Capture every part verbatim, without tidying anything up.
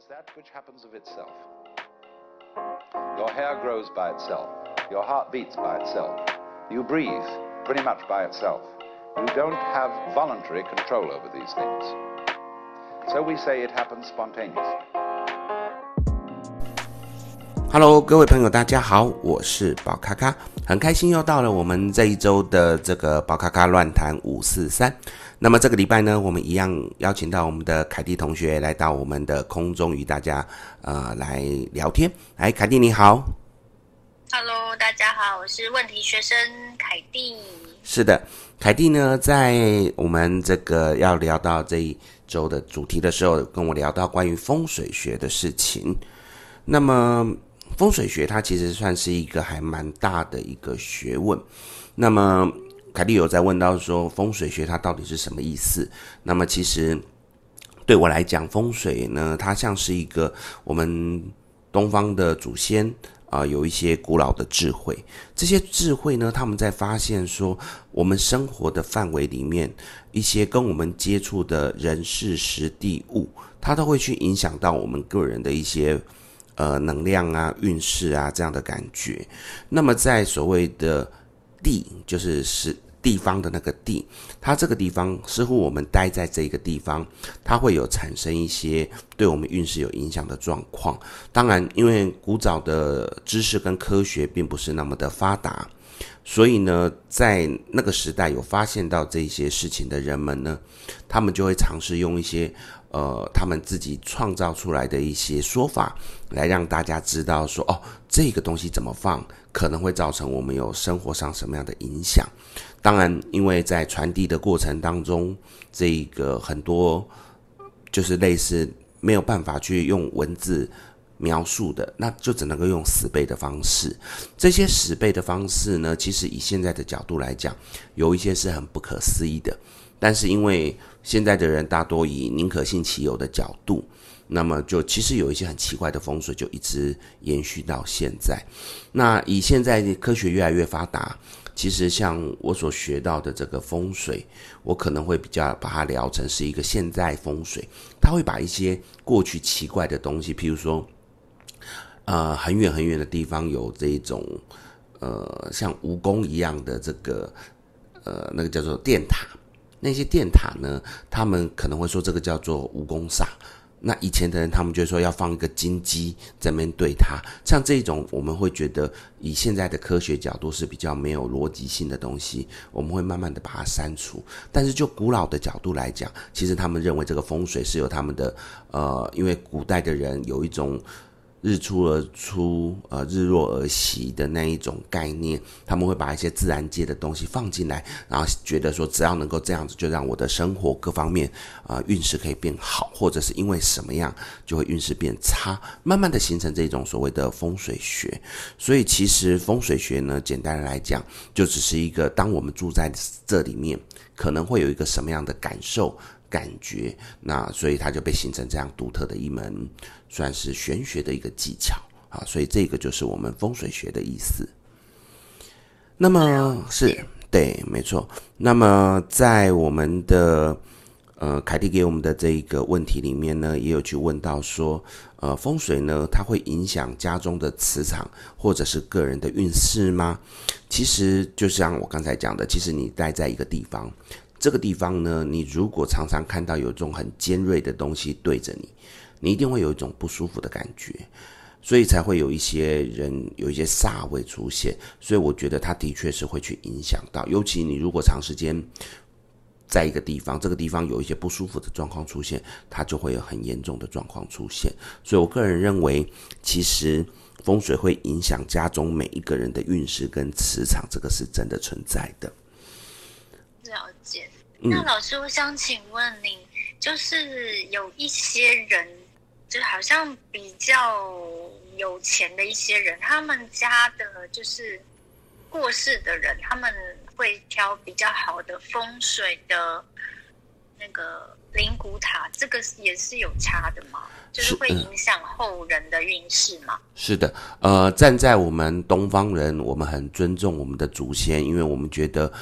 that which happens of itself. Your hair grows by itself. Your heart beats by itself. You breathe pretty much by itself. You don't have voluntary control over these things. So we say it happens spontaneously. Hello， 各位朋友，大家好，我是宝咖咖，很开心又到了我们这一周的这个宝咖咖乱谈五四三。那么这个礼拜呢，我们一样邀请到我们的凯蒂同学来到我们的空中与大家呃来聊天。来，凯蒂你好。 Hello， 大家好，我是问题学生凯蒂。 是的，凯蒂呢，在我们这个要聊到这一周的主题的时候，跟我聊到关于风水学的事情。那么风水学它其实算是一个还蛮大的一个学问。那么凯蒂有在问到说风水学它到底是什么意思？那么其实对我来讲，风水呢，它像是一个我们东方的祖先啊、呃，有一些古老的智慧。这些智慧呢，他们在发现说我们生活的范围里面，一些跟我们接触的人事时地物，它都会去影响到我们个人的一些呃，能量啊、运势啊这样的感觉。那么在所谓的地，就是是地方的那个地，它这个地方似乎我们待在这个地方，它会有产生一些对我们运势有影响的状况。当然，因为古早的知识跟科学并不是那么的发达，所以呢，在那个时代有发现到这些事情的人们呢，他们就会尝试用一些呃，他们自己创造出来的一些说法，来让大家知道说，哦，这个东西怎么放，可能会造成我们有生活上什么样的影响。当然，因为在传递的过程当中，这个很多就是类似没有办法去用文字描述的，那就只能够用死背的方式。这些死背的方式呢，其实以现在的角度来讲，有一些是很不可思议的。但是因为现在的人大多以宁可信其有的角度，那么就其实有一些很奇怪的风水就一直延续到现在。那以现在科学越来越发达，其实像我所学到的这个风水，我可能会比较把它聊成是一个现在风水，它会把一些过去奇怪的东西，譬如说呃很远很远的地方有这一种呃像蜈蚣一样的这个呃那个叫做电塔。那些电塔呢，他们可能会说这个叫做蜈蚣煞。那以前的人他们就说要放一个金鸡在那边对它，像这种我们会觉得以现在的科学角度是比较没有逻辑性的东西，我们会慢慢的把它删除。但是就古老的角度来讲，其实他们认为这个风水是有他们的呃，因为古代的人有一种日出而出，呃，日落而息的那一种概念，他们会把一些自然界的东西放进来，然后觉得说只要能够这样子，就让我的生活各方面啊、呃、运势可以变好，或者是因为什么样就会运势变差，慢慢的形成这种所谓的风水学。所以其实风水学呢，简单的来讲，就只是一个当我们住在这里面，可能会有一个什么样的感受。感觉，那所以它就被形成这样独特的一门算是玄学的一个技巧啊，所以这个就是我们风水学的意思。那么是对，没错。那么在我们的呃凯蒂给我们的这一个问题里面呢，也有去问到说，呃，风水呢，它会影响家中的磁场或者是个人的运势吗？其实就像我刚才讲的，其实你待在一个地方。这个地方呢，你如果常常看到有一种很尖锐的东西对着你，你一定会有一种不舒服的感觉，所以才会有一些人有一些煞位出现。所以我觉得它的确是会去影响到，尤其你如果长时间在一个地方，这个地方有一些不舒服的状况出现，它就会有很严重的状况出现。所以我个人认为，其实风水会影响家中每一个人的运势跟磁场，这个是真的存在的。 了解。那老师，我想请问您，就是有一些人，就好像比较有钱的一些人，他们家的就是过世的人，他们会挑比较好的风水的那个灵骨塔，这个也是有差的吗？就是会影响后人的运势吗？ 是的，呃，站在我们东方人，我们很尊重我们的祖先，因为我们觉得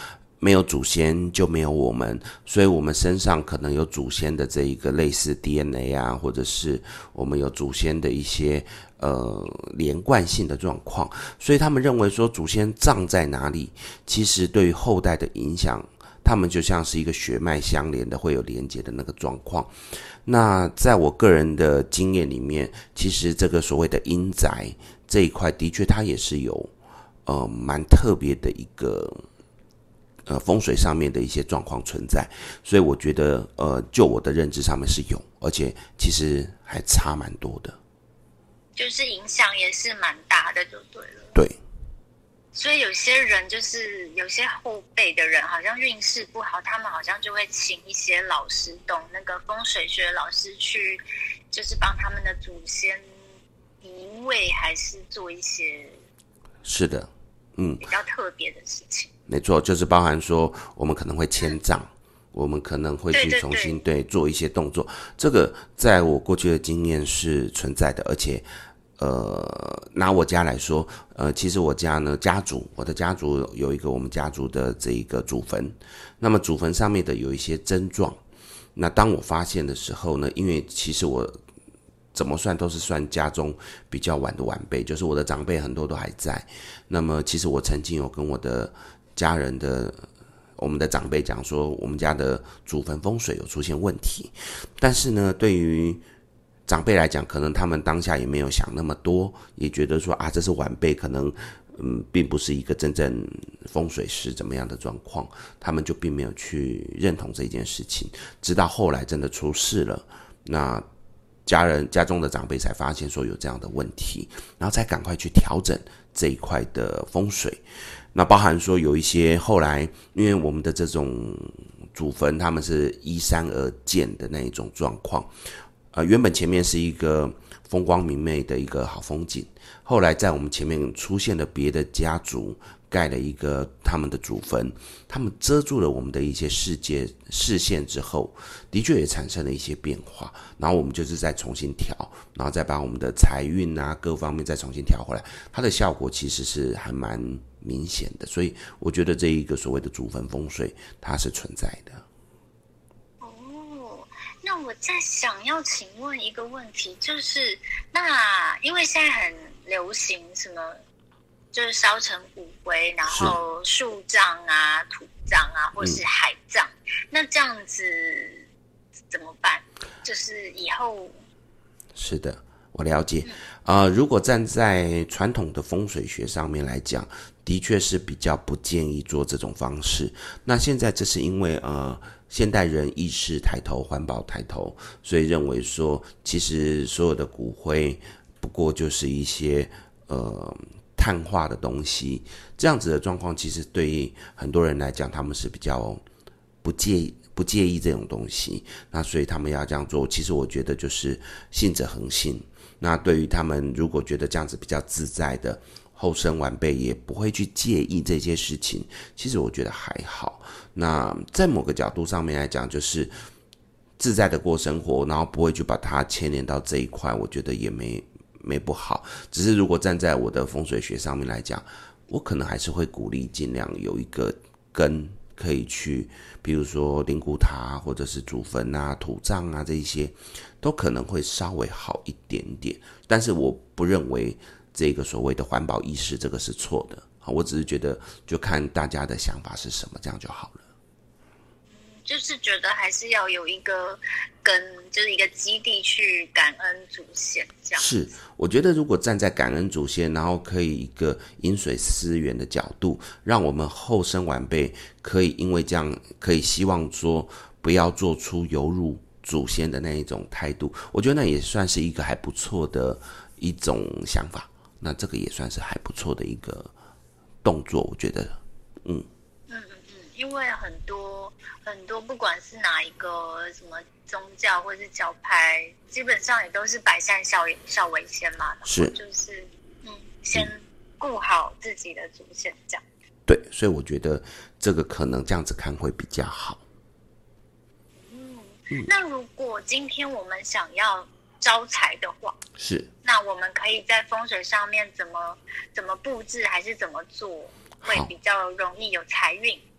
没有祖先就没有我们，所以我们身上可能有祖先的这一个类似 D N A 啊，或者是我们有祖先的一些呃连贯性的状况，所以他们认为说祖先葬在哪里，其实对于后代的影响，他们就像是一个血脉相连的，会有连结的那个状况。那在我个人的经验里面，其实这个所谓的阴宅这一块，的确它也是有呃蛮特别的一个。呃，风水上面的一些状况存在，所以我觉得，呃，就我的认知上面是有，而且其实还差蛮多的， 就是影响也是蛮大的，就对了。 对， 所以有些人就是有些后辈的人，好像运势不好，他们好像就会请一些老师，懂那个风水学的老师去，就是帮他们的祖先移位，还是做一些是的，嗯， 比较特别的事情。 没错，就是包含说我们可能会迁葬，我们可能会去重新 对, 对, 对做一些动作，这个在我过去的经验是存在的，而且呃，拿我家来说，呃，其实我家呢，家族我的家族有一个我们家族的这一个祖坟，那么祖坟上面的有一些症状，那当我发现的时候呢，因为其实我怎么算都是算家中比较晚的晚辈，就是我的长辈很多都还在，那么其实我曾经有跟我的家人的我们的长辈讲说，我们家的祖坟风水有出现问题，但是呢，对于长辈来讲，可能他们当下也没有想那么多，也觉得说啊，这是晚辈，可能嗯，并不是一个真正风水师怎么样的状况，他们就并没有去认同这件事情，直到后来真的出事了，那家人家中的长辈才发现说有这样的问题，然后才赶快去调整这一块的风水。那包含说有一些后来，因为我们的这种祖坟，他们是依山而建的那一种状况，呃，原本前面是一个风光明媚的一个好风景，后来在我们前面出现了别的家族盖了一个他们的祖坟，他们遮住了我们的一些视界视线之后，的确也产生了一些变化，然后我们就是再重新调，然后再把我们的财运啊各方面再重新调回来，它的效果其实是还蛮明显的，所以我觉得这一个所谓的祖坟风水它是存在的。 哦，那我在想要请问一个问题，就是那因为现在很流行什么，就是烧成骨灰，然后树葬啊、土葬啊，或是海葬，嗯、那这样子怎么办？就是以后是的。我了解，呃，如果站在传统的风水学上面来讲，的确是比较不建议做这种方式。那现在这是因为呃，现代人意识抬头，环保抬头，所以认为说，其实所有的骨灰不过就是一些呃碳化的东西，这样子的状况，其实对于很多人来讲，他们是比较不介意。不介意这种东西，那所以他们要这样做，其实我觉得就是信者恒信。那对于他们如果觉得这样子比较自在的，后生晚辈也不会去介意这些事情，其实我觉得还好。那在某个角度上面来讲，就是自在的过生活，然后不会去把它牵连到这一块，我觉得也没没不好。只是如果站在我的风水学上面来讲，我可能还是会鼓励尽量有一个根可以去，比如说灵骨塔或者是祖坟啊、土葬啊，这一些都可能会稍微好一点点。但是我不认为这个所谓的环保意识这个是错的，我只是觉得就看大家的想法是什么，这样就好了。 就是觉得还是要有一个跟就是一个基地去感恩祖先这样。 是，我觉得如果站在感恩祖先，然后可以一个饮水思源的角度，让我们后生晚辈可以因为这样，可以希望说不要做出有辱祖先的那一种态度，我觉得那也算是一个还不错的一种想法。那这个也算是还不错的一个动作，我觉得，嗯。 嗯嗯嗯，因为很多很多，不管是哪一个什么宗教或是教派，基本上也都是百善孝孝为先嘛， 是， 就是嗯，先顾好自己的祖先这样。 对，所以我觉得这个可能这样子看会比较好。 嗯，嗯那如果今天我们想要招财的话， 是， 那我们可以在风水上面怎么怎么布置，还是怎么做？会比较容易有财运。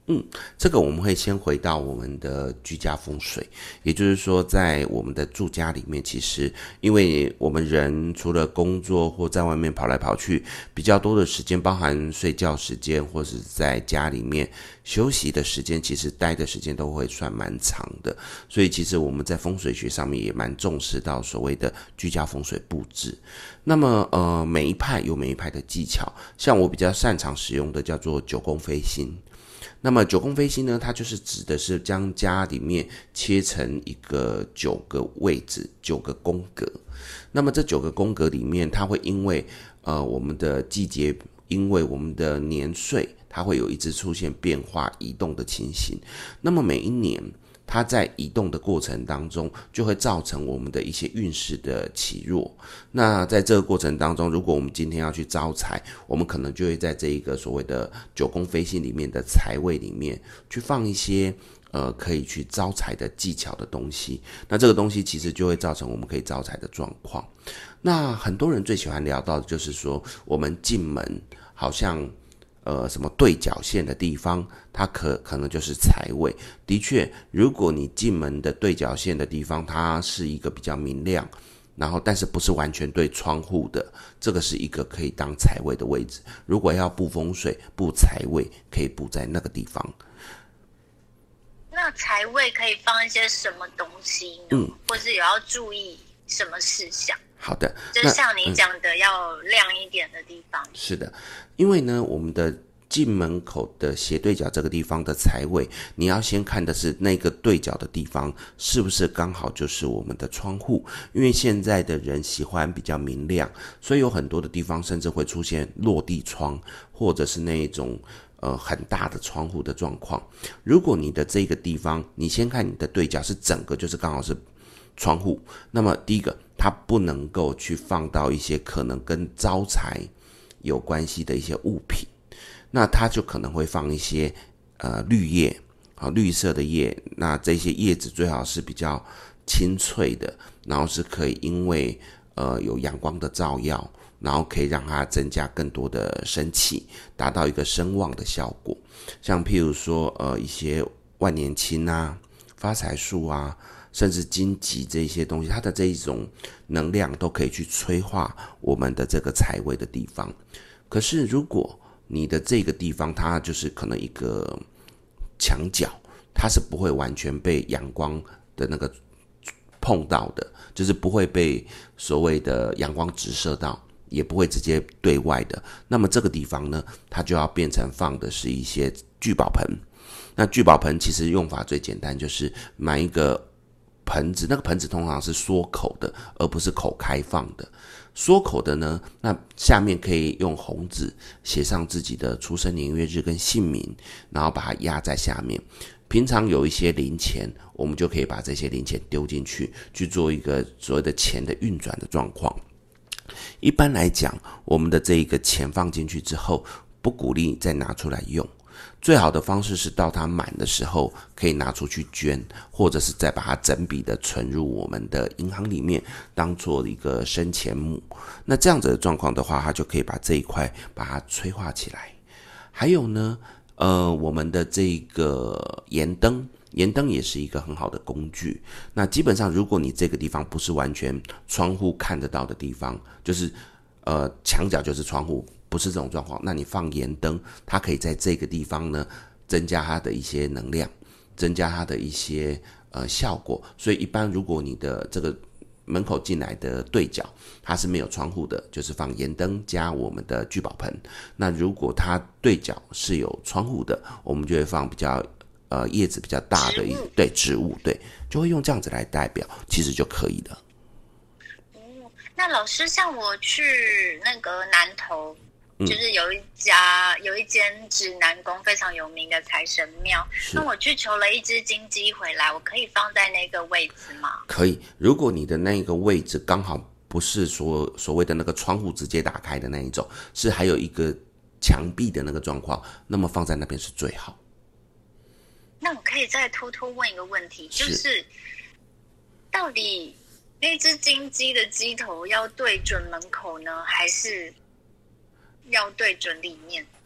嗯，这个我们会先回到我们的居家风水，也就是说，在我们的住家里面，其实因为我们人除了工作或在外面跑来跑去，比较多的时间，包含睡觉时间或是在家里面休息的时间，其实待的时间都会算蛮长的。所以，其实我们在风水学上面也蛮重视到所谓的居家风水布置。那么，呃，每一派有每一派的技巧，像我比较擅长使用的叫做九宫飞星。那么九宫飞星呢，它就是指的是将家里面切成一个九个位置，九个宫格。那么这九个宫格里面，它会因为呃我们的季节，因为我们的年岁，它会有一直出现变化移动的情形。那么每一年，它在移动的过程当中，就会造成我们的一些运势的起弱。那在这个过程当中，如果我们今天要去招财，我们可能就会在这一个所谓的九宫飞星里面的财位里面，去放一些呃可以去招财的技巧的东西。那这个东西其实就会造成我们可以招财的状况。那很多人最喜欢聊到的就是说，我们进门好像呃，什么对角线的地方，它可可能就是财位。的确，如果你进门的对角线的地方，它是一个比较明亮，然后但是不是完全对窗户的，这个是一个可以当财位的位置。如果要布风水、布财位，可以布在那个地方。 那财位可以放一些什么东西呢？嗯，或是有要注意什么事项？ 好的， 就像你讲的，要亮一点的地方。 是的，因为呢，我们的进门口的斜对角这个地方的财位，你要先看的是那个对角的地方是不是刚好就是我们的窗户。因为现在的人喜欢比较明亮，所以有很多的地方甚至会出现落地窗，或者是那一种呃很大的窗户的状况。如果你的这个地方，你先看你的对角是整个就是刚好是窗户，那么第一个，它不能够去放到一些可能跟招财有关系的一些物品，那它就可能会放一些呃绿叶，好绿色的叶，那这些叶子最好是比较清脆的，然后是可以因为呃有阳光的照耀，然后可以让它增加更多的生气，达到一个声旺的效果。像譬如说呃一些万年青啊、发财树啊，甚至荆棘这些东西，它的这一种能量都可以去催化我们的这个财位的地方。可是如果你的这个地方它就是可能一个墙角，它是不会完全被阳光的那个碰到的，就是不会被所谓的阳光直射到，也不会直接对外的。那么这个地方呢，它就要变成放的是一些聚宝盆。那聚宝盆其实用法最简单，就是买一个盆子，那个盆子通常是缩口的，而不是口开放的。缩口的呢，那下面可以用红纸写上自己的出生年月日跟姓名，然后把它压在下面。平常有一些零钱，我们就可以把这些零钱丢进去，去做一个所谓的钱的运转的状况。一般来讲，我们的这一个钱放进去之后，不鼓励再拿出来用。最好的方式是到它满的时候可以拿出去捐，或者是再把它整笔的存入我们的银行里面，当做一个生钱母。那这样子的状况的话，它就可以把这一块把它催化起来。还有呢，呃，我们的这个盐灯，盐灯也是一个很好的工具。那基本上，如果你这个地方不是完全窗户看得到的地方，就是呃墙角就是窗户，不是这种状况，那你放盐灯，它可以在这个地方呢增加它的一些能量，增加它的一些呃效果。所以一般如果你的这个门口进来的对角它是没有窗户的，就是放盐灯加我们的聚宝盆。那如果它对角是有窗户的，我们就会放比较呃叶子比较大的一对植物，对，就会用这样子来代表，其实就可以了。 哦，那老师，像我去那个南投。就是有一家有一间指南宫非常有名的财神庙，那我去求了一只金鸡回来，我可以放在那个位置吗？可以， 如果你的那个位置刚好不是所所谓的那个窗户直接打开的那一种，是还有一个墙壁的那个状况，那么放在那边是最好。 那我可以再偷偷问一个问题，就是到底那只金鸡的鸡头要对准门口呢，还是要对准里面？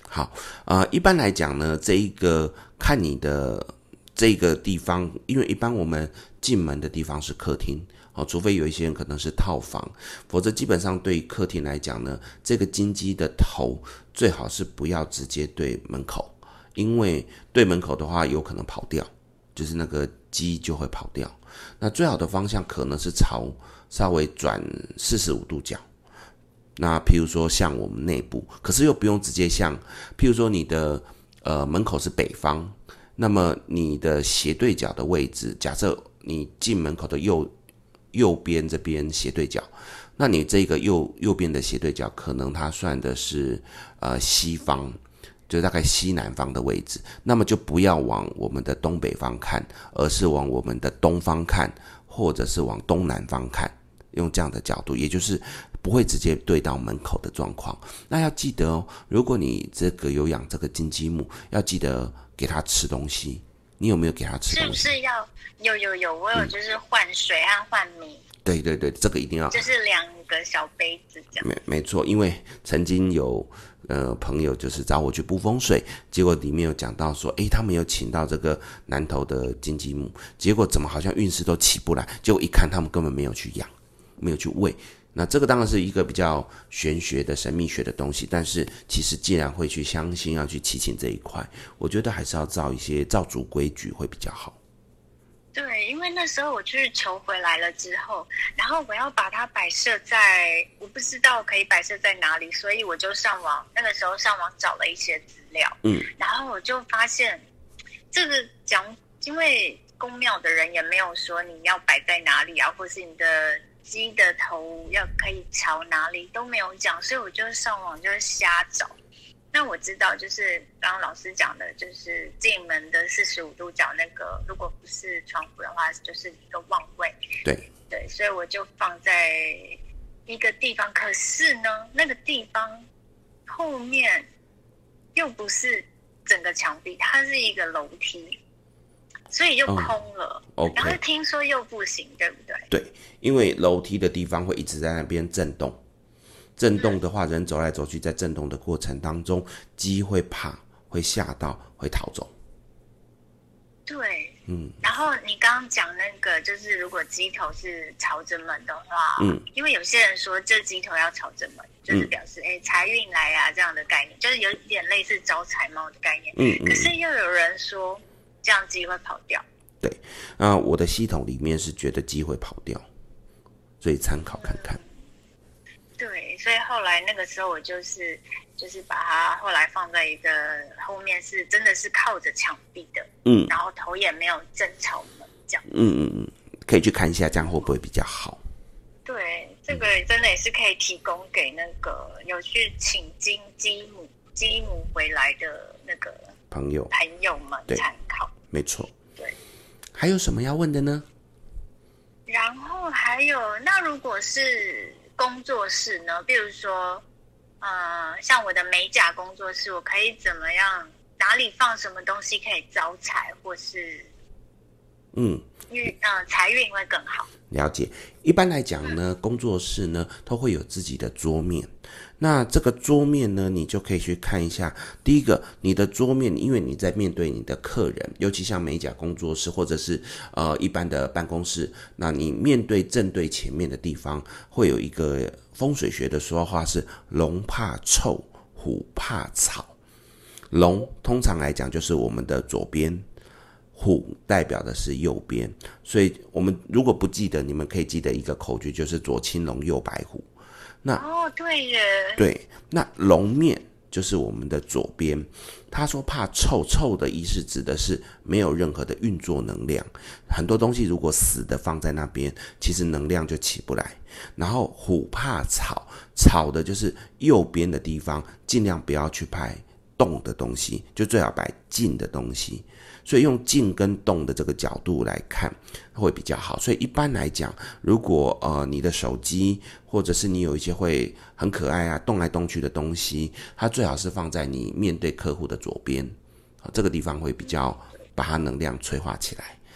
好，呃，一般来讲呢，这一个看你的这个地方，因为一般我们进门的地方是客厅，哦，除非有一些人可能是套房，否则基本上对客厅来讲呢，这个金鸡的头最好是不要直接对门口，因为对门口的话有可能跑掉，就是那个鸡就会跑掉。那最好的方向可能是朝稍微转四十五度角。那譬如说像我们内部，可是又不用直接向，譬如说你的呃门口是北方，那么你的斜对角的位置，假设你进门口的右右边这边斜对角，那你这个右右边的斜对角，可能它算的是呃西方，就大概西南方的位置，那么就不要往我们的东北方看，而是往我们的东方看，或者是往东南方看，用这样的角度，也就是不会直接对到门口的状况。那要记得哦，如果你这个有养这个金鸡母，要记得给它吃东西。你有没有给它吃东西？ 是不是要有有有？我有就是换水和换米。嗯、 对对对，这个一定要。 就是两个小杯子这样。 没没错，因为曾经有呃朋友就是找我去布风水，结果里面有讲到说，诶，他们有请到这个南投的金鸡母，结果怎么好像运势都起不来？结果一看他们根本没有去养，没有去喂。那这个当然是一个比较玄学的神秘学的东西，但是其实既然会去相信要去祈请这一块，我觉得还是要照一些照主规矩会比较好。 对，因为那时候我就是求回来了之后，然后我要把它摆设在，我不知道可以摆设在哪里，所以我就上网，那个时候上网找了一些资料，嗯，然后我就发现这个讲，因为宫庙的人也没有说你要摆在哪里啊，或是你的鸡的头要可以朝哪里都没有讲，所以我就上网就是瞎找。那我知道就是刚刚老师讲的，就是进门的四十五度角那个，如果不是窗户的话，就是一个旺位。 对对，所以我就放在一个地方。可是呢，那个地方后面又不是整个墙壁，它是一个楼梯。所以又空了、嗯 okay. 然后听说又不行，对不对？ 对，因为楼梯的地方会一直在那边震动，震动的话、嗯、人走来走去，在震动的过程当中，鸡会怕，会吓到，会逃走。 对，嗯。然后你刚刚讲那个，就是如果鸡头是朝着门的话，嗯，因为有些人说这鸡头要朝着门，就是表示哎财运来啊这样的概念，就是有点类似招财猫的概念。嗯, 嗯。可是又有人说，这样鸡会跑掉。 对，那我的系统里面是觉得鸡会跑掉，所以参考看看。 嗯、对，所以后来那个时候我就是就是把它后来放在一个后面，是真的是靠着墙壁的，嗯，然后头也没有正朝门这样。 嗯嗯嗯，可以去看一下，这样会不会比较好？ 对，这个真的也是可以提供给那个有去请金鸡母鸡母回来的那个朋友朋友们参考。 没错。 对， 还有什么要问的呢？ 然后还有，那如果是工作室呢？比如说，呃，像我的美甲工作室，我可以怎么样？哪里放什么东西可以招财，或是嗯，运呃财运会更好？ 了解。一般来讲呢，工作室呢都会有自己的桌面。那这个桌面呢，你就可以去看一下。第一个，你的桌面，因为你在面对你的客人，尤其像美甲工作室或者是呃一般的办公室，那你面对正对前面的地方，会有一个风水学的说话是龙怕臭，虎怕草。龙通常来讲就是我们的左边，虎代表的是右边，所以我们如果不记得，你们可以记得一个口诀，就是左青龙，右白虎。那哦，对耶， 对，那龙面就是我们的左边。他说怕臭，臭的意思指的是没有任何的运作能量，很多东西如果死的放在那边，其实能量就起不来。然后虎怕草，草的就是右边的地方，尽量不要去拍动的东西，就最好摆静的东西。所以用静跟动的这个角度来看会比较好。所以一般来讲，如果呃你的手机或者是你有一些会很可爱啊动来动去的东西，它最好是放在你面对客户的左边，这个地方会比较把它能量催化起来。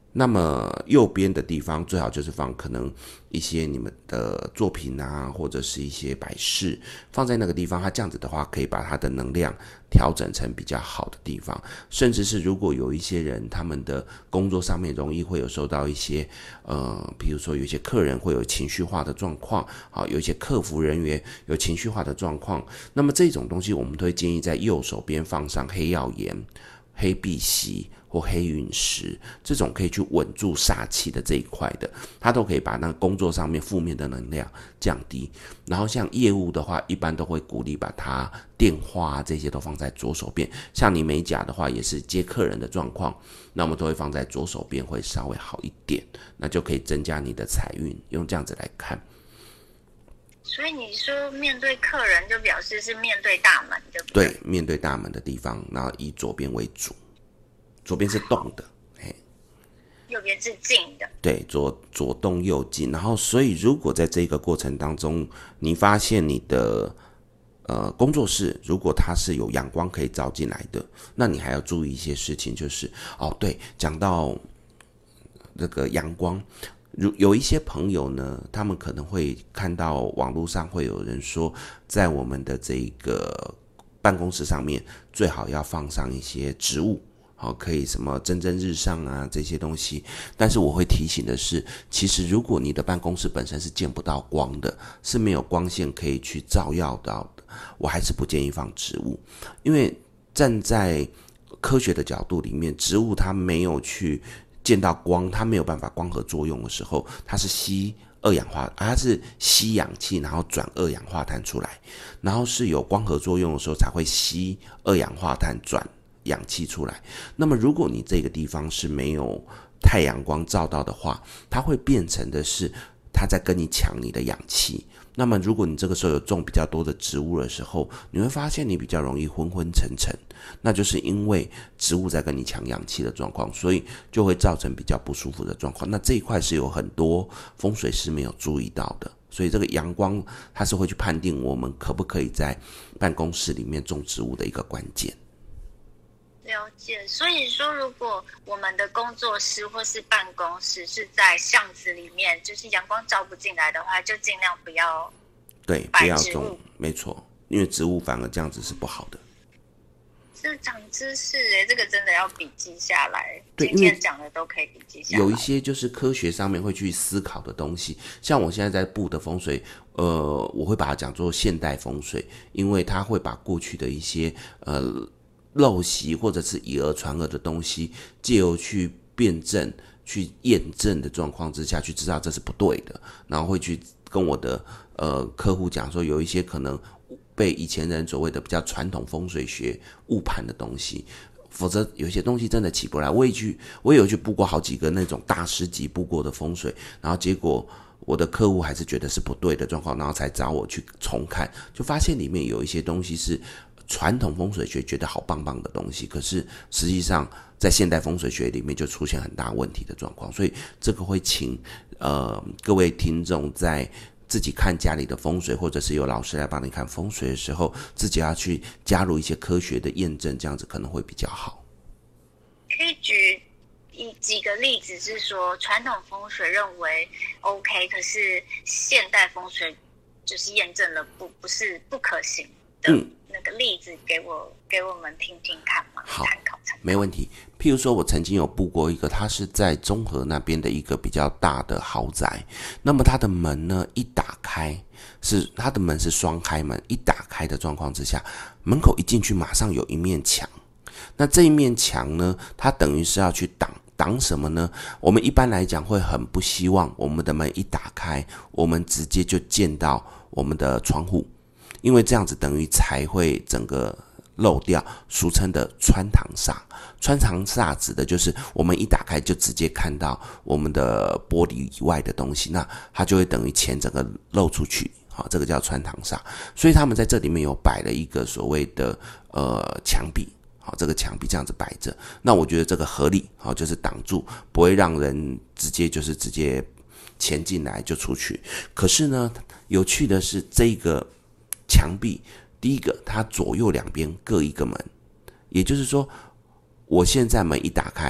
那么右边的地方最好就是放可能一些你们的作品啊，或者是一些摆饰，放在那个地方，它这样子的话可以把它的能量调整成比较好的地方。甚至是如果有一些人他们的工作上面容易会有受到一些呃，比如说有一些客人会有情绪化的状况，好，有一些客服人员有情绪化的状况，那么这种东西我们都会建议在右手边放上黑曜岩、黑碧玺或黑陨石，这种可以去稳住煞气的这一块的，它都可以把那个工作上面负面的能量降低。然后像业务的话，一般都会鼓励把它电话啊这些都放在左手边。像你美甲的话，也是接客人的状况，那我们都会放在左手边，会稍微好一点，那就可以增加你的财运。用这样子来看。 所以你说面对客人，就表示是面对大门，对不对？ 对，面对大门的地方，然后以左边为主。左边是动的， 右边是静的， 对，左左动右静。然后，所以如果在这个过程当中，你发现你的呃工作室如果它是有阳光可以照进来的，那你还要注意一些事情，就是哦，对，讲到这个阳光。如有一些朋友呢，他们可能会看到网络上会有人说，在我们的这个办公室上面最好要放上一些植物。好，可以什么蒸蒸日上啊这些东西，但是我会提醒的是，其实如果你的办公室本身是见不到光的，是没有光线可以去照耀到的，我还是不建议放植物，因为站在科学的角度里面，植物它没有去见到光，它没有办法光合作用的时候，它是吸二氧化，它是吸氧气，然后转二氧化碳出来，然后是有光合作用的时候才会吸二氧化碳转氧气出来。那么如果你这个地方是没有太阳光照到的话，它会变成的是它在跟你抢你的氧气。那么如果你这个时候有种比较多的植物的时候，你会发现你比较容易昏昏沉沉，那就是因为植物在跟你抢氧气的状况，所以就会造成比较不舒服的状况。那这一块是有很多风水师没有注意到的，所以这个阳光它是会去判定我们可不可以在办公室里面种植物的一个关键。 了解，所以说，如果我们的工作室或是办公室是在巷子里面，就是阳光照不进来的话，就尽量不要对，不要种，没错，因为植物反而这样子是不好的。 是长知识耶，这个真的要笔记下来。 对， 今天讲的都可以笔记下来。 有一些就是科学上面会去思考的东西，像我现在在布的风水，呃，我会把它讲作现代风水，因为它会把过去的一些呃。陋习或者是以讹传讹的东西，借由去辩证、去验证的状况之下，去知道这是不对的，然后会去跟我的呃客户讲说，有一些可能被以前人所谓的比较传统风水学误判的东西，否则有一些东西真的起不来。我也去，我也有去布过好几个那种大师级布过的风水，然后结果我的客户还是觉得是不对的状况，然后才找我去重看，就发现里面有一些东西是传统风水学觉得好棒棒的东西，可是实际上在现代风水学里面就出现很大问题的状况，所以这个会请呃各位听众在自己看家里的风水，或者是有老师来帮你看风水的时候，自己要去加入一些科学的验证，这样子可能会比较好。 可以举一几个例子，是说传统风水认为 OK， 可是现代风水就是验证了不不是不可行的。嗯，那个例子给我给我们听听看嘛， 好， 参考参考。 没问题。譬如说，我曾经有布过一个，它是在中和那边的一个比较大的豪宅。那么它的门呢，一打开是它的门是双开门，一打开的状况之下，门口一进去马上有一面墙。那这一面墙呢，它等于是要去挡挡什么呢？我们一般来讲会很不希望我们的门一打开，我们直接就见到我们的窗户。因为这样子等于才会整个漏掉，俗称的穿堂煞。穿堂煞指的就是我们一打开就直接看到我们的玻璃以外的东西，那它就会等于钱整个漏出去，好，这个叫穿堂煞。所以他们在这里面有摆了一个所谓的呃墙壁，好，这个墙壁这样子摆着，那我觉得这个合理，好，就是挡住，不会让人直接就是直接钱进来就出去。可是呢，有趣的是这个墙壁，第一个它左右两边各一个门，也就是说我现在门一打开，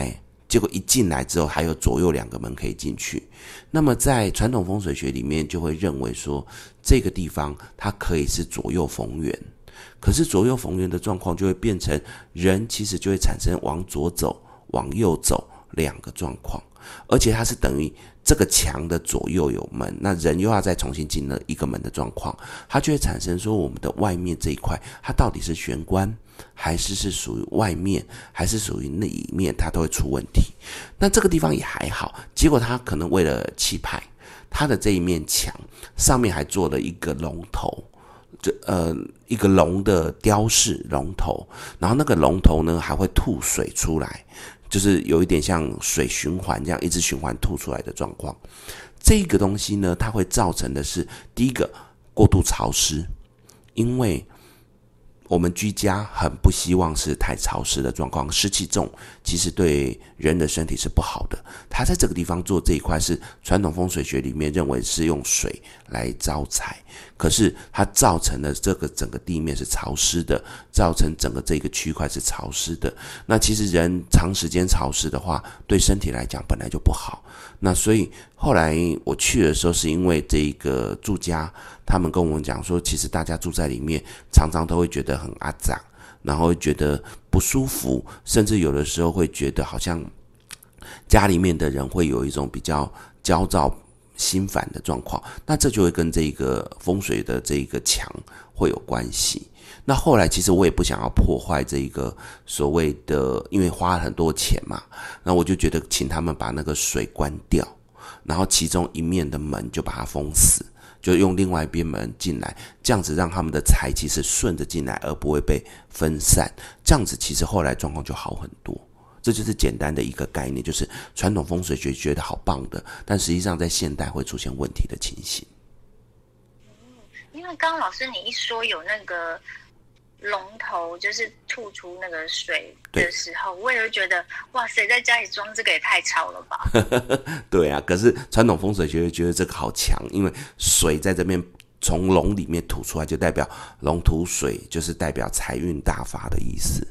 结果一进来之后还有左右两个门可以进去。那么在传统风水学里面就会认为说，这个地方它可以是左右逢源，可是左右逢源的状况就会变成人其实就会产生往左走往右走两个状况，而且它是等于这个墙的左右有门，那人又要再重新进了一个门的状况，它就会产生说我们的外面这一块它到底是玄关还是是属于外面还是属于里面，它都会出问题。那这个地方也还好，结果它可能为了气派，它的这一面墙上面还做了一个龙头，就呃一个龙的雕饰龙头，然后那个龙头呢还会吐水出来，就是有一点像水循环这样一直循环吐出来的状况。这个东西呢，它会造成的是第一个过度潮湿，因为我们居家很不希望是太潮湿的状况，湿气重其实对人的身体是不好的。他在这个地方做这一块是传统风水学里面认为是用水来招财，可是它造成了这个整个地面是潮湿的，造成整个这个区块是潮湿的。那其实人长时间潮湿的话，对身体来讲本来就不好。那所以后来我去的时候，是因为这个住家他们跟我们讲说，其实大家住在里面常常都会觉得很阿杂，然后会觉得不舒服，甚至有的时候会觉得好像家里面的人会有一种比较焦躁心烦的状况，那这就会跟这个风水的这个墙会有关系。那后来其实我也不想要破坏这一个所谓的，因为花了很多钱嘛，那我就觉得请他们把那个水关掉，然后其中一面的门就把它封死，就用另外一边门进来，这样子让他们的财气是顺着进来，而不会被分散。这样子其实后来状况就好很多。这就是简单的一个概念，就是传统风水学觉得好棒的，但实际上在现代会出现问题的情形。 因为刚刚老师你一说有那个龙头，就是吐出那个水的时候，我也会觉得哇塞，在家里装这个也太潮了吧。 对啊，可是传统风水学会觉得这个好强，因为水在这边从龙里面吐出来，就代表龙吐水，就是代表财运大发的意思。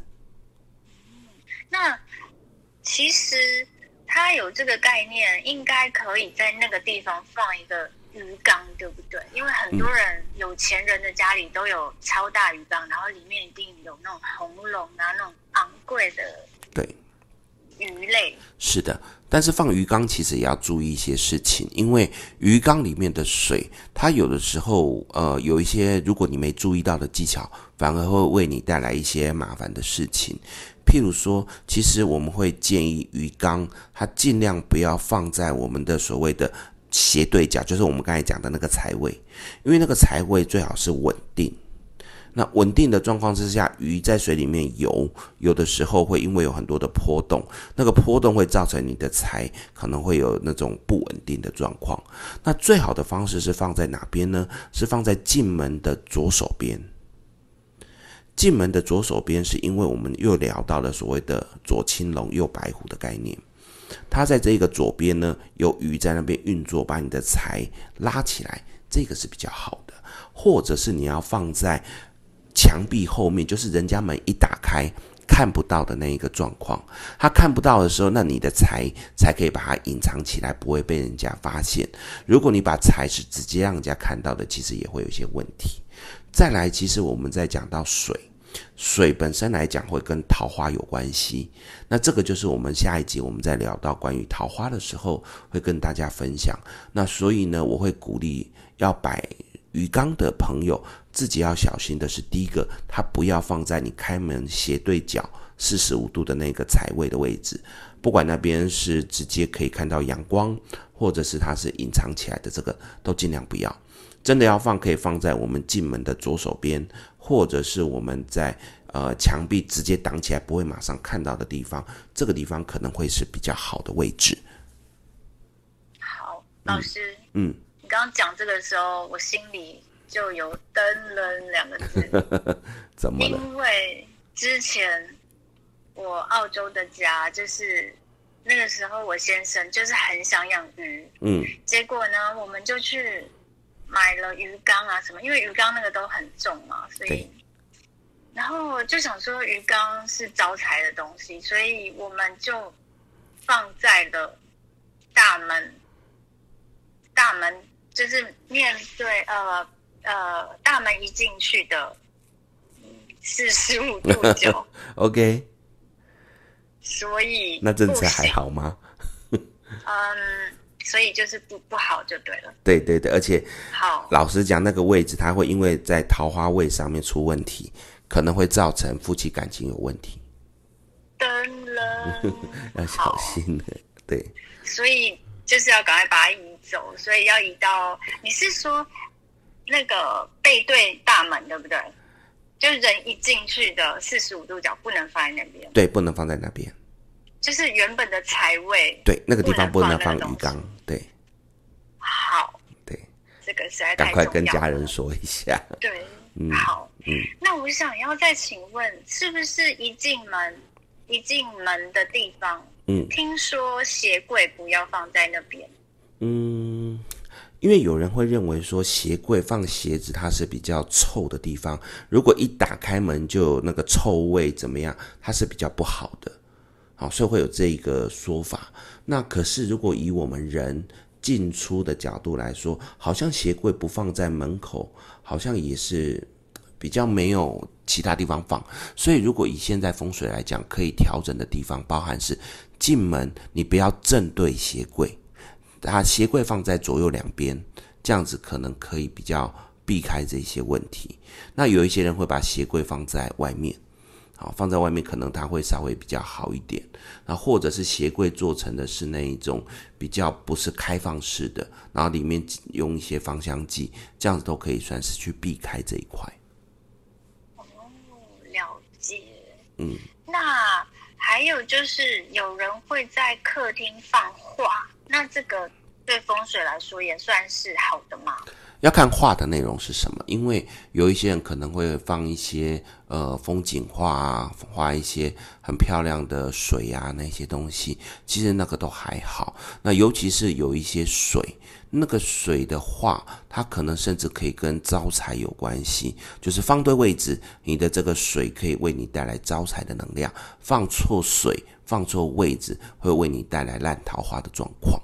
那其实它有这个概念，应该可以在那个地方放一个鱼缸，对不对？因为很多人、嗯、有钱人的家里都有超大鱼缸，然后里面一定有那种红龙啊，那种昂贵的对鱼类。 是的，但是放鱼缸其实也要注意一些事情，因为鱼缸里面的水，它有的时候呃有一些如果你没注意到的技巧，反而会为你带来一些麻烦的事情。譬如说，其实我们会建议鱼缸它尽量不要放在我们的所谓的斜对角，就是我们刚才讲的那个财位，因为那个财位最好是稳定。那稳定的状况之下，鱼在水里面游，有的时候会因为有很多的波动，那个波动会造成你的财可能会有那种不稳定的状况。那最好的方式是放在哪边呢？是放在进门的左手边。进门的左手边，是因为我们又聊到了所谓的左青龙右白虎的概念。它在这个左边呢，有鱼在那边运作，把你的财拉起来，这个是比较好的。或者是你要放在墙壁后面，就是人家门一打开看不到的那一个状况。他看不到的时候，那你的财才可以把它隐藏起来，不会被人家发现。如果你把财是直接让人家看到的，其实也会有一些问题。再来，其实我们在讲到水，水本身来讲会跟桃花有关系，那这个就是我们下一集我们在聊到关于桃花的时候会跟大家分享。那所以呢，我会鼓励要摆鱼缸的朋友自己要小心的是，第一个，它不要放在你开门斜对角四十五度的那个财位的位置，不管那边是直接可以看到阳光，或者是它是隐藏起来的，这个都尽量不要。真的要放，可以放在我们进门的左手边，或者是我们在呃墙壁直接挡起来不会马上看到的地方，这个地方可能会是比较好的位置。 好，老师， 嗯， 你刚刚讲这个时候，我心里就有登人两个字。 怎么了？ 因为之前我澳洲的家，就是那个时候我先生就是很想养鱼， 嗯， 结果呢，我们就去买了鱼缸啊什么，因为鱼缸那个都很重嘛，所以，然后就想说鱼缸是招财的东西，所以我们就放在了大门，大门就是面对呃呃大门一进去的四十五度角。 OK， 所以那这次还好吗？ 嗯，所以就是不不好就对了。 对对对，而且好， 老实讲，那个位置它会因为在桃花位上面出问题，可能会造成夫妻感情有问题。 灯了， 要小心的，对。 所以就是要赶快把它移走，所以要移到，你是说那个背对大门对不对？就是人一进去的四十五度角不能放在那边， 对，不能放在那边， 就是原本的财位， 对，那个地方不能放鱼缸，对。 好， 对， 这个实在太重要了， 赶快跟家人说一下。 对， 嗯， 好， 嗯， 那我想要再请问，是不是一进门一进门的地方， 嗯， 听说鞋柜不要放在那边？ 嗯，因为有人会认为说鞋柜放鞋子它是比较臭的地方，如果一打开门就有那个臭味怎么样，它是比较不好的，好，所以会有这一个说法。那可是如果以我们人进出的角度来说，好像鞋柜不放在门口，好像也是比较没有其他地方放。所以如果以现在风水来讲，可以调整的地方包含是进门你不要正对鞋柜，把鞋柜放在左右两边，这样子可能可以比较避开这些问题。那有一些人会把鞋柜放在外面，好，放在外面可能它会稍微比较好一点。那或者是鞋柜做成的是那一种比较不是开放式的，然后里面用一些芳香剂，这样子都可以算是去避开这一块。 哦，了解。 嗯， 那还有就是有人会在客厅放画，那这个对风水来说也算是好的吗？ 要看画的内容是什么，因为有一些人可能会放一些呃风景画啊，画一些很漂亮的水啊那些东西，其实那个都还好。那尤其是有一些水，那个水的画，它可能甚至可以跟招财有关系，就是放对位置，你的这个水可以为你带来招财的能量；放错水、放错位置，会为你带来烂桃花的状况。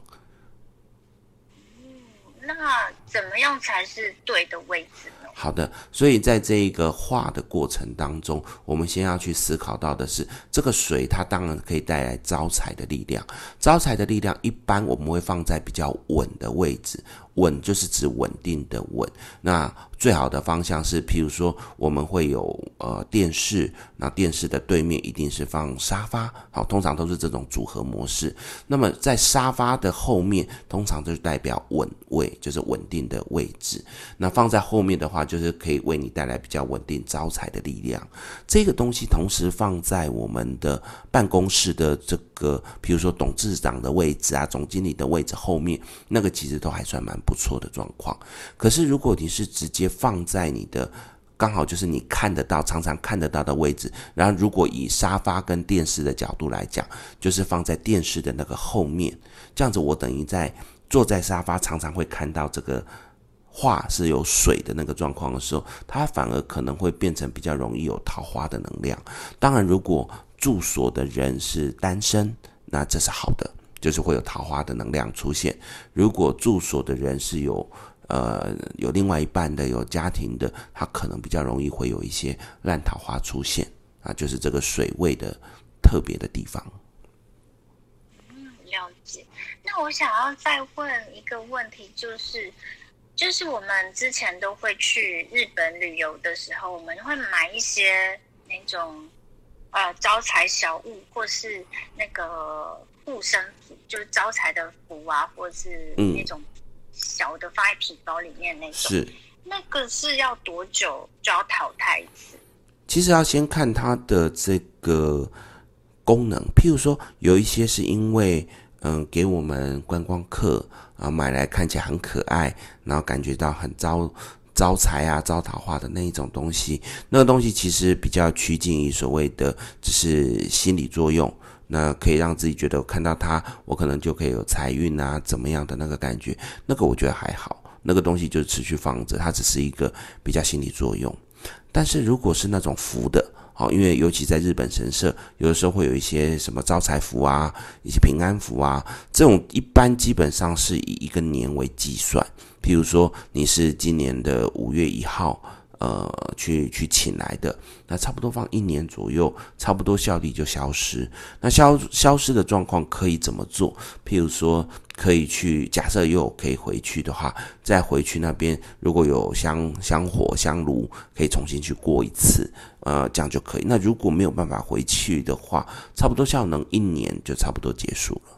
那怎么样才是对的位置呢？ 好的，所以在这一个画的过程当中，我们先要去思考到的是，这个水它当然可以带来招财的力量。招财的力量一般我们会放在比较稳的位置，稳就是指稳定的稳。那最好的方向是，譬如说我们会有呃电视，那电视的对面一定是放沙发，好，通常都是这种组合模式。那么在沙发的后面，通常就是代表稳位，就是稳定的位置。那放在后面的话，就是可以为你带来比较稳定招财的力量。这个东西同时放在我们的办公室的这个，比如说董事长的位置啊，总经理的位置后面，那个其实都还算蛮不错的状况。可是如果你是直接放在你的刚好就是你看得到常常看得到的位置，然后如果以沙发跟电视的角度来讲，就是放在电视的那个后面，这样子我等于在坐在沙发常常会看到这个画是有水的那个状况的时候，它反而可能会变成比较容易有桃花的能量。当然如果住所的人是单身，那这是好的，就是会有桃花的能量出现。如果住所的人是有呃有另外一半的，有家庭的，他可能比较容易会有一些烂桃花出现啊，就是这个水位的特别的地方。 嗯，了解。那我想要再问一个问题，就是就是我们之前都会去日本旅游的时候，我们会买一些那种呃招财小物，或是那个护身符，就是招财的符啊，或是那种小的放在皮包里面那种。 是， 那个是要多久就要淘汰一次？ 其实要先看它的这个功能，譬如说有一些是因为嗯给我们观光客啊买来看起来很可爱，然后感觉到很招招财啊招桃花的那一种东西，那个东西其实比较趋近于所谓的只是心理作用，那可以让自己觉得看到它我可能就可以有财运啊怎么样的那个感觉，那个我觉得还好，那个东西就是持续放着，它只是一个比较心理作用。但是如果是那种符的好，因为尤其在日本神社，有的时候会有一些什么招财符啊，一些平安符啊，这种一般基本上是以一个年为计算。譬如说你是今年的五月一号，呃，去去请来的，那差不多放一年左右，差不多效力就消失。那消消失的状况可以怎么做？譬如说，可以去假设又可以回去的话，再回去那边如果有香香火香炉，可以重新去过一次，呃，这样就可以。那如果没有办法回去的话，差不多效能一年就差不多结束了。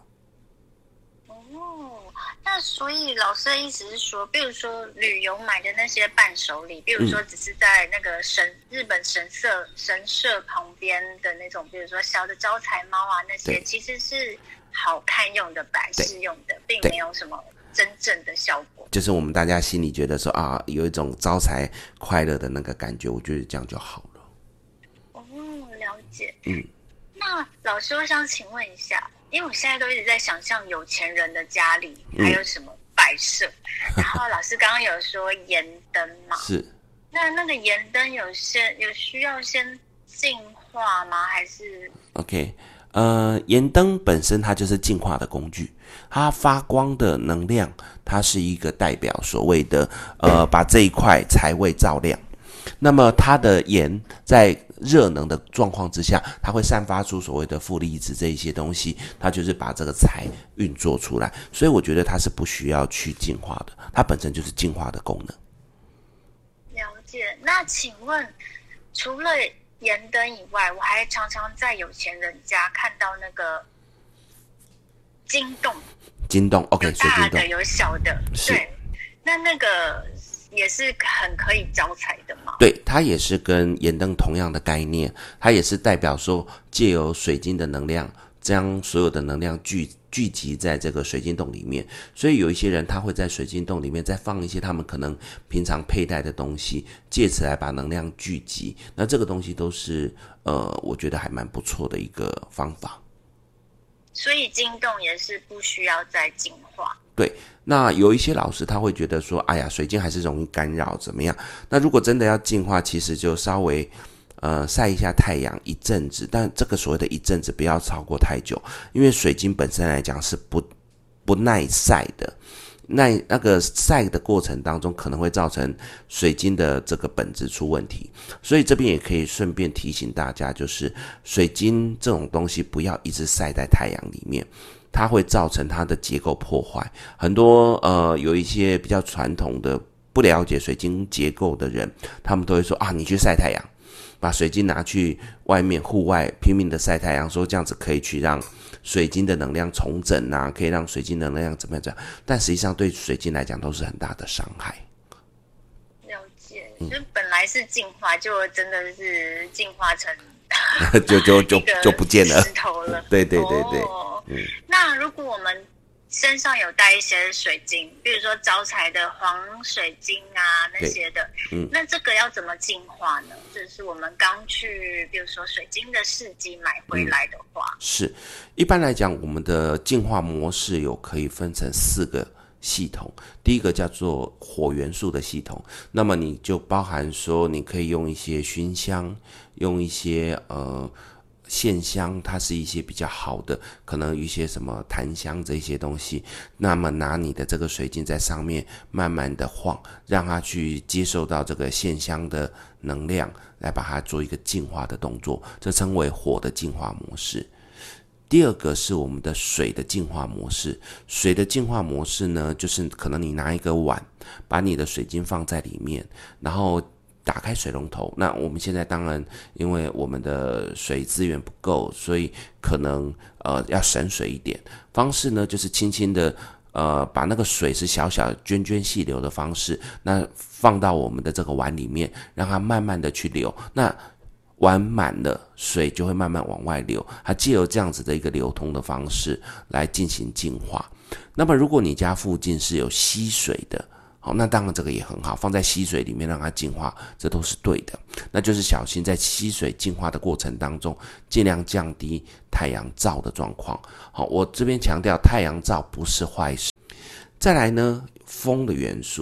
那所以老师的意思是说，比如说旅游买的那些伴手礼，比如说只是在那个神、嗯、日本神社神社旁边的那种，比如说小的招财猫啊那些，其实是好看用的、摆饰用的，并没有什么真正的效果。 就是我们大家心里觉得说啊，有一种招财快乐的那个感觉，我觉得这样就好了。 哦，了解。 嗯， 那老师，我想请问一下。因为我现在都一直在想象有钱人的家里还有什么摆设，嗯、然后老师刚刚有说盐灯嘛， 是， 那那个盐灯有先有需要先净化吗？还是 ？OK， 呃，盐灯本身它就是净化的工具，它发光的能量，它是一个代表所谓的呃把这一块财位照亮。那么它的盐在热能的状况之下，它会散发出所谓的负离子这一些东西，它就是把这个财运作出来。所以我觉得它是不需要去净化的，它本身就是净化的功能。 了解。那请问，除了盐灯以外，我还常常在有钱人家看到那个金洞。 金洞 ，OK， 水晶洞， 有大的有小的，对。那那个也是很可以招财的嘛？ 对，它也是跟盐灯同样的概念，它也是代表说借由水晶的能量，将所有的能量聚聚集在这个水晶洞里面。所以有一些人他会在水晶洞里面再放一些他们可能平常佩戴的东西，借此来把能量聚集。那这个东西都是呃，我觉得还蛮不错的一个方法。 所以金洞也是不需要再净化。 对，那有一些老师他会觉得说，哎呀，水晶还是容易干扰，怎么样？那如果真的要净化，其实就稍微呃晒一下太阳一阵子，但这个所谓的一阵子不要超过太久，因为水晶本身来讲是不不耐晒的。那那个晒的过程当中可能会造成水晶的这个本质出问题，所以这边也可以顺便提醒大家，就是水晶这种东西不要一直晒在太阳里面，它会造成它的结构破坏。很多呃有一些比较传统的不了解水晶结构的人，他们都会说啊，你去晒太阳，把水晶拿去外面户外拼命的晒太阳，说这样子可以去让水晶的能量重整啊，可以让水晶的能量怎么样怎么样，但实际上对水晶来讲都是很大的伤害。 了解，就本来是净化，就真的是净化成就就就就不见了石头了。 对对对对、 哦嗯、那如果我们身上有带一些水晶，比如说招财的黄水晶啊那些的，嗯，那这个要怎么净化呢？就是我们刚去比如说水晶的市集买回来的话、嗯、 是一般来讲我们的净化模式有可以分成四个系统。第一个叫做火元素的系统，那么你就包含说你可以用一些熏香，用一些呃线香，它是一些比较好的，可能有一些什么檀香这些东西，那么拿你的这个水晶在上面慢慢的晃，让它去接受到这个线香的能量，来把它做一个净化的动作，这称为火的净化模式。第二个是我们的水的净化模式。水的净化模式呢，就是可能你拿一个碗，把你的水晶放在里面，然后打开水龙头。那我们现在当然因为我们的水资源不够，所以可能呃要省水一点。方式呢就是轻轻的呃把那个水是小小涓涓细流的方式，那放到我们的这个碗里面，让它慢慢的去流。那碗满了，水就会慢慢往外流，它藉由这样子的一个流通的方式来进行净化。那么如果你家附近是有溪水的，好，那当然这个也很好，放在溪水里面让它净化，这都是对的。那就是小心在溪水净化的过程当中，尽量降低太阳照的状况。好，我这边强调太阳照不是坏事。再来呢，风的元素。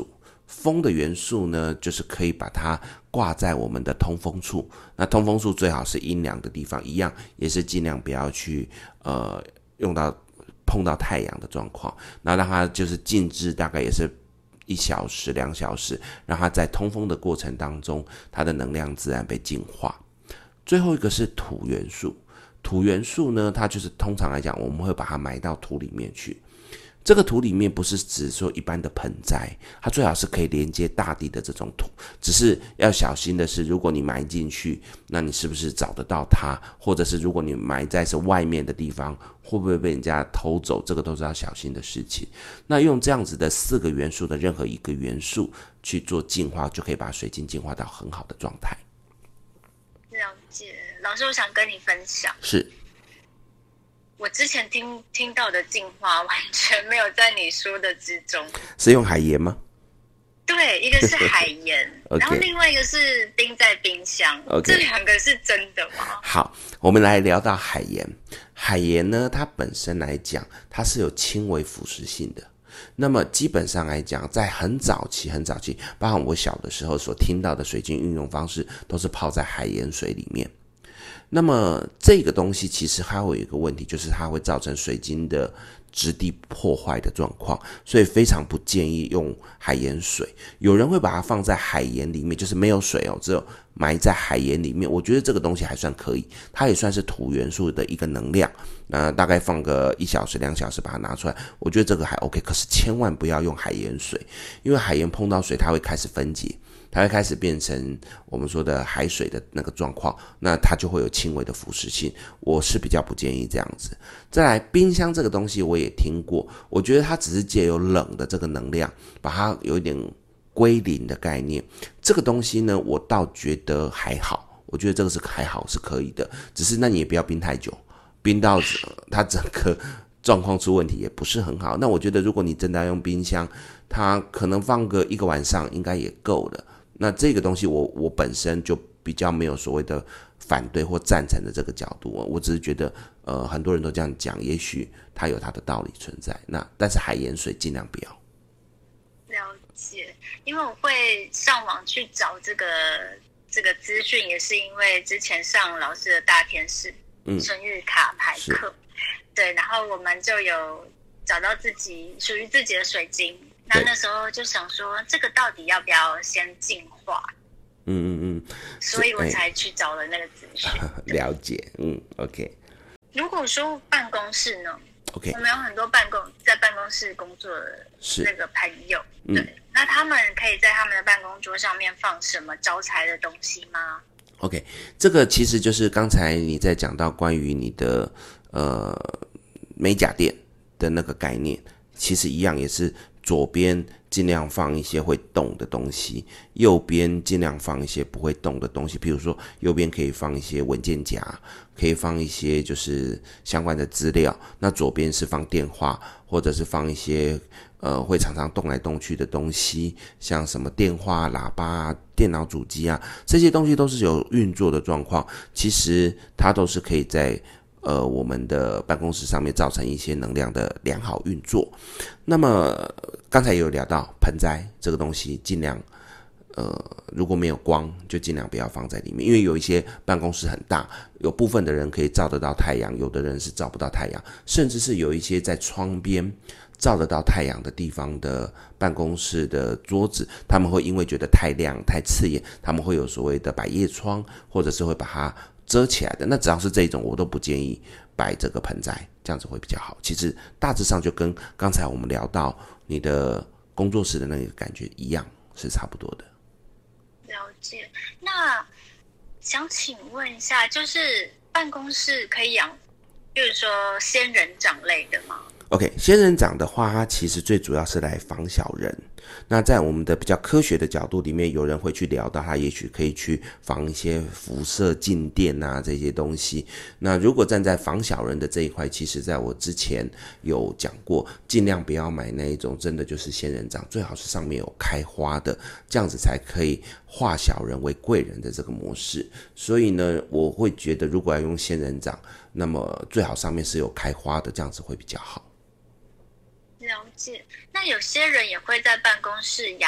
风的元素呢，就是可以把它挂在我们的通风处。那通风处最好是阴凉的地方，一样也是尽量不要去呃用到碰到太阳的状况。那让它就是静置，大概也是一小时、两小时，让它在通风的过程当中，它的能量自然被净化。最后一个是土元素，土元素呢，它就是通常来讲，我们会把它埋到土里面去。这个土里面不是指说一般的盆栽，它最好是可以连接大地的这种土，只是要小心的是，如果你埋进去，那你是不是找得到它？或者是如果你埋在是外面的地方，会不会被人家偷走？这个都是要小心的事情。那用这样子的四个元素的任何一个元素去做净化，就可以把水晶净化到很好的状态。 了解，老师，我想跟你分享。 是。 我之前听听到的净化完全没有在你说的之中。 是用海盐吗？ 对，一个是海盐 okay. 然后另外一个是冰在冰箱。okay. 这两个是真的吗？ 好，我们来聊到海盐。海盐呢，它本身来讲，它是有轻微腐蚀性的。那么基本上来讲，在很早期、很早期，包含我小的时候所听到的水晶运用方式，都是泡在海盐水里面。那么这个东西其实还会有一个问题，就是它会造成水晶的质地破坏的状况，所以非常不建议用海盐水。有人会把它放在海盐里面，就是没有水哦，只有埋在海盐里面。我觉得这个东西还算可以，它也算是土元素的一个能量。那大概放个一小时、两小时把它拿出来，我觉得这个还 OK。可是千万不要用海盐水，因为海盐碰到水，它会开始分解。它会开始变成我们说的海水的那个状况，那它就会有轻微的腐蚀性，我是比较不建议这样子。再来，冰箱这个东西我也听过，我觉得它只是借由冷的这个能量，把它有一点归零的概念。这个东西呢，我倒觉得还好，我觉得这个是还好是可以的，只是那你也不要冰太久，冰到它整个状况出问题也不是很好。那我觉得如果你真的要用冰箱，它可能放个一个晚上应该也够了。那这个东西我我本身就比较没有所谓的反对或赞成的这个角度，我只是觉得呃很多人都这样讲，也许它有它的道理存在。那但是海盐水尽量不要。 了解，因为我会上网去找这个这个资讯，也是因为之前上老师的大天使生日卡牌课，对，然后我们就有找到自己属于自己的水晶。那那时候就想说，这个到底要不要先净化？嗯嗯嗯，所以我才去找了那个资讯。 了解，嗯 ，OK。 如果说办公室呢 ？OK， 我们有很多办公在办公室工作的那个朋友，对、嗯，那他们可以在他们的办公桌上面放什么招财的东西吗 ？OK， 这个其实就是刚才你在讲到关于你的呃美甲店的那个概念，其实一样也是。左边尽量放一些会动的东西，右边尽量放一些不会动的东西。比如说，右边可以放一些文件夹，可以放一些就是相关的资料。那左边是放电话，或者是放一些呃会常常动来动去的东西，像什么电话、喇叭啊、电脑主机啊，这些东西都是有运作的状况。其实它都是可以在。呃，我们的办公室上面造成一些能量的良好运作。那么刚才也有聊到盆栽这个东西，尽量呃如果没有光，就尽量不要放在里面，因为有一些办公室很大，有部分的人可以照得到太阳，有的人是照不到太阳，甚至是有一些在窗边照得到太阳的地方的办公室的桌子，他们会因为觉得太亮太刺眼，他们会有所谓的百叶窗，或者是会把它遮起来的。那只要是这种，我都不建议摆这个盆栽，这样子会比较好。其实大致上就跟刚才我们聊到你的工作室的那个感觉一样，是差不多的。 了解。那想请问一下，就是办公室可以养，比如说仙人掌类的吗？ OK， 仙人掌的话，它其实最主要是来防小人。那在我们的比较科学的角度里面，有人会去聊到它也许可以去防一些辐射静电啊这些东西。那如果站在防小人的这一块，其实在我之前有讲过，尽量不要买那一种真的就是仙人掌，最好是上面有开花的，这样子才可以化小人为贵人的这个模式。所以呢，我会觉得如果要用仙人掌，那么最好上面是有开花的，这样子会比较好。 了解。那有些人也会在办公室养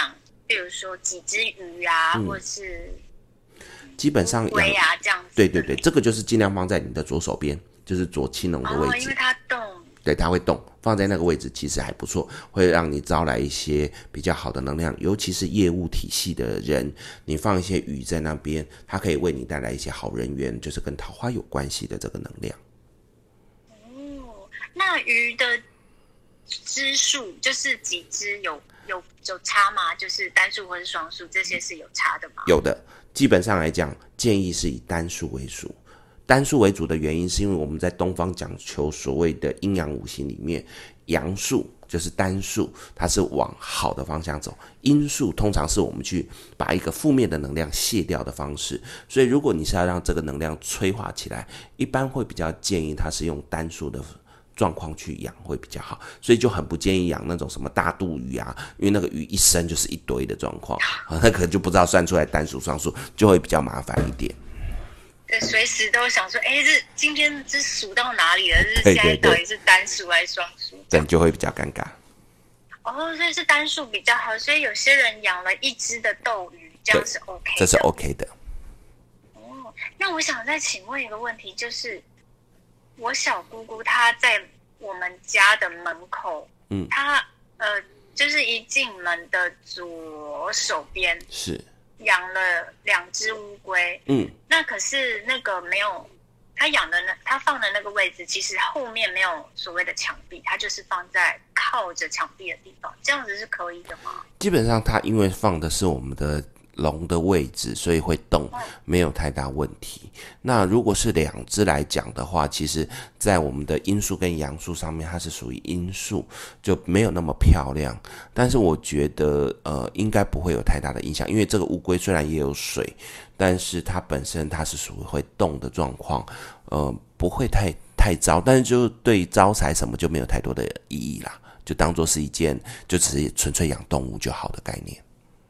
比如说几只鱼啊， 嗯、 或是基本上龟啊这样子。 对对对，这个就是尽量放在你的左手边，就是左青龙的位置， 哦，因为它动。 对，它会动，放在那个位置其实还不错，会让你招来一些比较好的能量，尤其是业务体系的人，你放一些鱼在那边，它可以为你带来一些好人缘，就是跟桃花有关系的这个能量。 哦，那鱼的只数就是几只有有有差吗？就是单数或是双数，这些是有差的吗？ 有的，基本上来讲，建议是以单数为主。单数为主的原因是因为我们在东方讲求所谓的阴阳五行里面，阳数就是单数，它是往好的方向走，阴数通常是我们去把一个负面的能量卸掉的方式，所以如果你是要让这个能量催化起来，一般会比较建议它是用单数的状况去养会比较好，所以就很不建议养那种什么大肚鱼啊，因为那个鱼一生就是一堆的状况，那可能就不知道算出来单数双数，就会比较麻烦一点。 对，随时都想说，哎，这今天这数到哪里了？这现在到底是单数还是双数？ 对，就会比较尴尬。 哦，所以是单数比较好，所以有些人养了一只的斗鱼，这样是 OK 的。 这是 OK 的。 哦，那我想再请问一个问题，就是我小姑姑她在我们家的门口，嗯，她呃，就是一进门的左手边是。 养了两只乌龟，嗯，那可是那个没有他养的那他放的那个位置，其实后面没有所谓的墙壁，他就是放在靠着墙壁的地方，这样子是可以的吗？ 基本上他因为放的是我们的龙的位置，所以会动，没有太大问题。那如果是两只来讲的话，其实在我们的阴数跟阳数上面，它是属于阴数，就没有那么漂亮。但是我觉得，呃，应该不会有太大的影响，因为这个乌龟虽然也有水，但是它本身它是属于会动的状况，呃，不会太太糟，但是就对招财什么就没有太多的意义啦，就当做是一件就只是纯粹养动物就好的概念。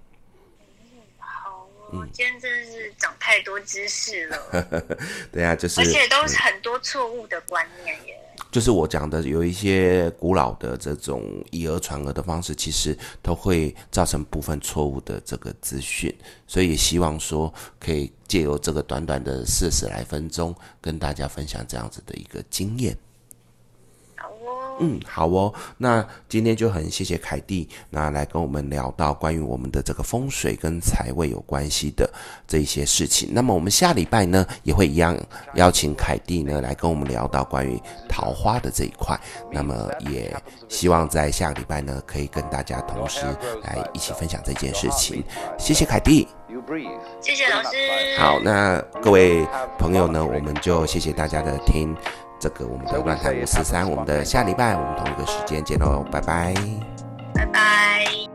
我今天真的是长太多知识了， 对啊，就是， 而且都是很多错误的观念耶。 就是我讲的，有一些古老的这种以讹传讹的方式，其实都会造成部分错误的这个资讯，所以也希望说可以借由这个短短的四十来分钟，跟大家分享这样子的一个经验。嗯，好哦。那今天就很谢谢凯蒂，那来跟我们聊到关于我们的这个风水跟财位有关系的这一些事情。那么我们下礼拜呢，也会一样邀请凯蒂呢来跟我们聊到关于桃花的这一块。那么也希望在下个礼拜呢，可以跟大家同时来一起分享这件事情。谢谢凯蒂。 谢谢老师。 好，那各位朋友呢，我们就谢谢大家的听。这个我们的乱谈五四三，我们的下礼拜我们同一个时间见喽，拜拜， 拜拜。